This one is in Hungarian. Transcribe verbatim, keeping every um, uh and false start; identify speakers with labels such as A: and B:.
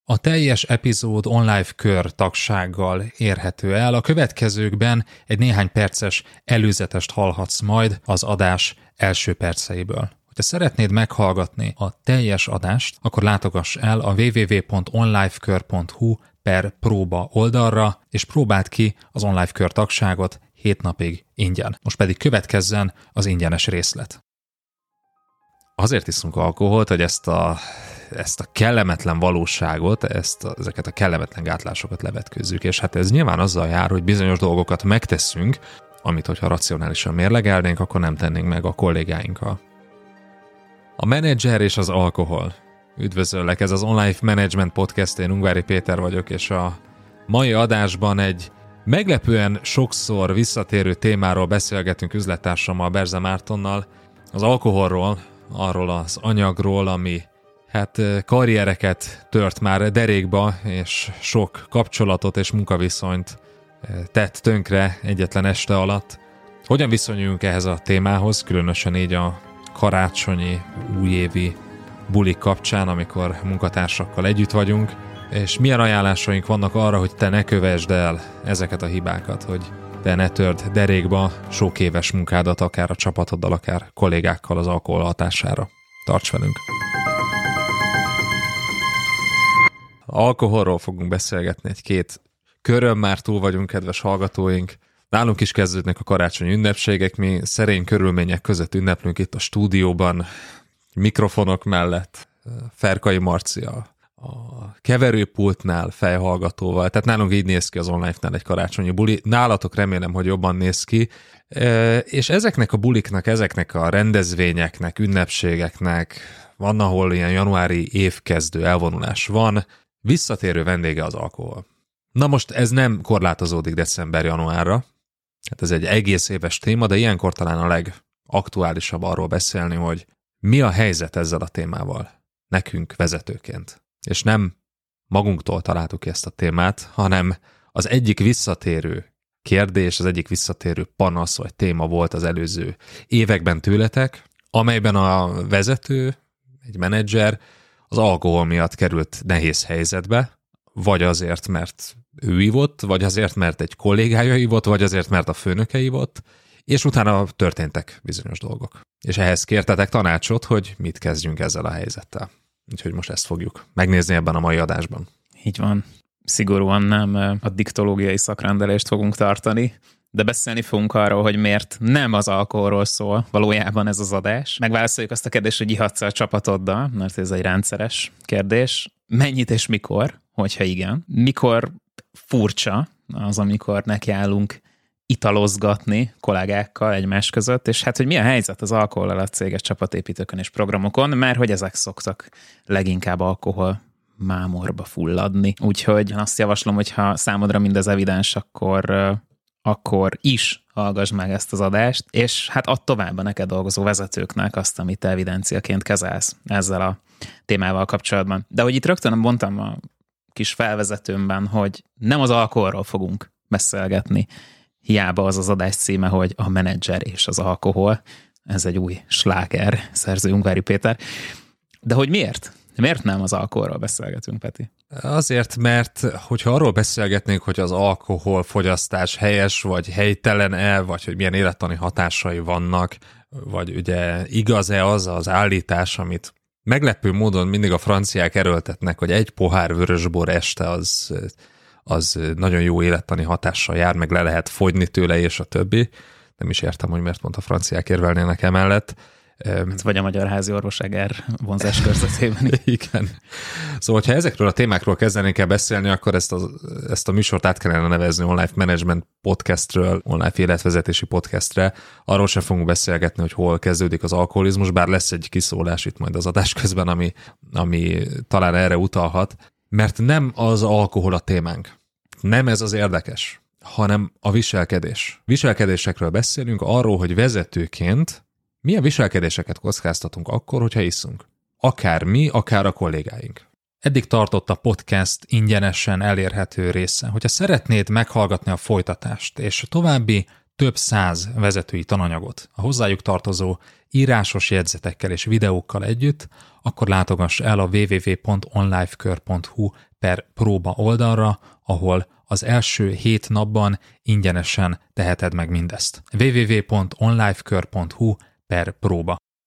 A: A teljes epizód online kör tagsággal érhető el. A következőkben egy néhány perces előzetest hallhatsz majd az adás első perceiből. Ha szeretnéd meghallgatni a teljes adást, akkor látogass el a www.onlifekör.hu per próba oldalra, és próbáld ki az online kör tagságot hét napig ingyen. Most pedig következzen az ingyenes részlet. Azért iszunk alkoholt, hogy ezt a, ezt a kellemetlen valóságot, ezt a, ezeket a kellemetlen gátlásokat levetkőzzük, és hát ez nyilván azzal jár, hogy bizonyos dolgokat megteszünk, amit hogyha racionálisan mérlegelnénk, akkor nem tennénk meg a kollégáinkkal. A menedzser és az alkohol. Üdvözöllek, ez az Online Management Podcast, én Ungvári Péter vagyok, és a mai adásban egy meglepően sokszor visszatérő témáról beszélgetünk üzlettársammal, Berze Mártonnal, az alkoholról, arról az anyagról, ami hát karriereket tört már derékba, és sok kapcsolatot és munkaviszonyt tett tönkre egyetlen este alatt. Hogyan viszonyuljunk ehhez a témához, különösen így a karácsonyi, újévi bulik kapcsán, amikor munkatársakkal együtt vagyunk, és milyen ajánlásaink vannak arra, hogy te ne kövesd el ezeket a hibákat, hogy te ne törd derékba sok éves munkádat, akár a csapatoddal, akár kollégákkal az alkohol hatására. Tarts velünk! Alkoholról fogunk beszélgetni egy-két körön, már túl vagyunk, kedves hallgatóink. Nálunk is kezdődnek a karácsonyi ünnepségek, mi szerény körülmények között ünneplünk itt a stúdióban, mikrofonok mellett, Ferkai Marci a, a keverőpultnál fejhallgatóval, tehát nálunk így néz ki az online-nál egy karácsonyi buli, nálatok remélem, hogy jobban néz ki, e, és ezeknek a buliknak, ezeknek a rendezvényeknek, ünnepségeknek van, ahol ilyen januári évkezdő elvonulás van, visszatérő vendége az alkohol. Na most ez nem korlátozódik december-januárra, hát ez egy egész éves téma, de ilyenkor talán a legaktuálisabb arról beszélni, hogy mi a helyzet ezzel a témával nekünk vezetőként. És nem magunktól találtuk ki ezt a témát, hanem az egyik visszatérő kérdés, az egyik visszatérő panasz vagy téma volt az előző években tőletek, amelyben a vezető, egy menedzser az alkohol miatt került nehéz helyzetbe, vagy azért, mert ő ivott, vagy azért, mert egy kollégája ivott, vagy azért, mert a főnöke ivott, és utána történtek bizonyos dolgok. És ehhez kértetek tanácsot, hogy mit kezdjünk ezzel a helyzettel. Úgyhogy most ezt fogjuk megnézni ebben a mai adásban.
B: Így van. Szigorúan nem a diktológiai szakrendelést fogunk tartani, de beszélni fogunk arról, hogy miért nem az alkoholról szól valójában ez az adás. Megválaszoljuk azt a kérdést, hogy ihatsz a csapatoddal, mert ez egy rendszeres kérdés. Mennyit és mikor, hogyha igen. Mikor furcsa az, amikor nekiállunk italozgatni kollégákkal egymás között, és hát, hogy mi a helyzet az alkohollal a céges csapatépítőkön és programokon, mert hogy ezek szoktak leginkább alkohol mámorba fulladni. Úgyhogy azt javaslom, hogy ha számodra mindez evidens, akkor, akkor is hallgass meg ezt az adást, és hát add tovább a neked dolgozó vezetőknek azt, amit te evidenciaként kezelsz ezzel a témával kapcsolatban. De hogy itt rögtön mondtam a kis felvezetőmben, hogy nem az alkoholról fogunk beszélgetni, hiába az az adás címe, hogy a menedzser és az alkohol. Ez egy új sláger, szerző Ungvári Péter. De hogy miért? Miért nem az alkoholról beszélgetünk, Peti?
A: Azért, mert hogyha arról beszélgetnénk, hogy az alkoholfogyasztás helyes, vagy helytelen-e, vagy hogy milyen élettani hatásai vannak, vagy ugye igaz-e az az állítás, amit meglepő módon mindig a franciák erőltetnek, hogy egy pohár vörösbor este az... az nagyon jó élettani hatással jár, meg le lehet fogyni tőle, és a többi. Nem is értem, hogy miért pont a franciák érvelnének emellett.
B: Vagy a magyar házi orvos Eger vonzás körzetében.
A: Igen. Szóval, ha ezekről a témákról kezdenénk el beszélni, akkor ezt a, ezt a műsort át kellene nevezni Online Management Podcastről, Online Életvezetési Podcastre. Arról sem fogunk beszélgetni, hogy hol kezdődik az alkoholizmus, bár lesz egy kiszólás itt majd az adás közben, ami, ami talán erre utalhat. Mert nem az alkohol a témánk. Nem ez az érdekes, hanem a viselkedés. Viselkedésekről beszélünk, arról, hogy vezetőként milyen viselkedéseket kockáztatunk akkor, hogyha iszunk. Akár mi, akár a kollégáink. Eddig tartott a podcast ingyenesen elérhető része. Hogyha szeretnéd meghallgatni a folytatást és további több száz vezetői tananyagot a hozzájuk tartozó írásos jegyzetekkel és videókkal együtt, akkor látogass el a www pont onlifekör pont hu per próba oldalra, ahol az első hét napban ingyenesen teheted meg mindezt. double-u double-u double-u pont onlifekör pont hu per próba.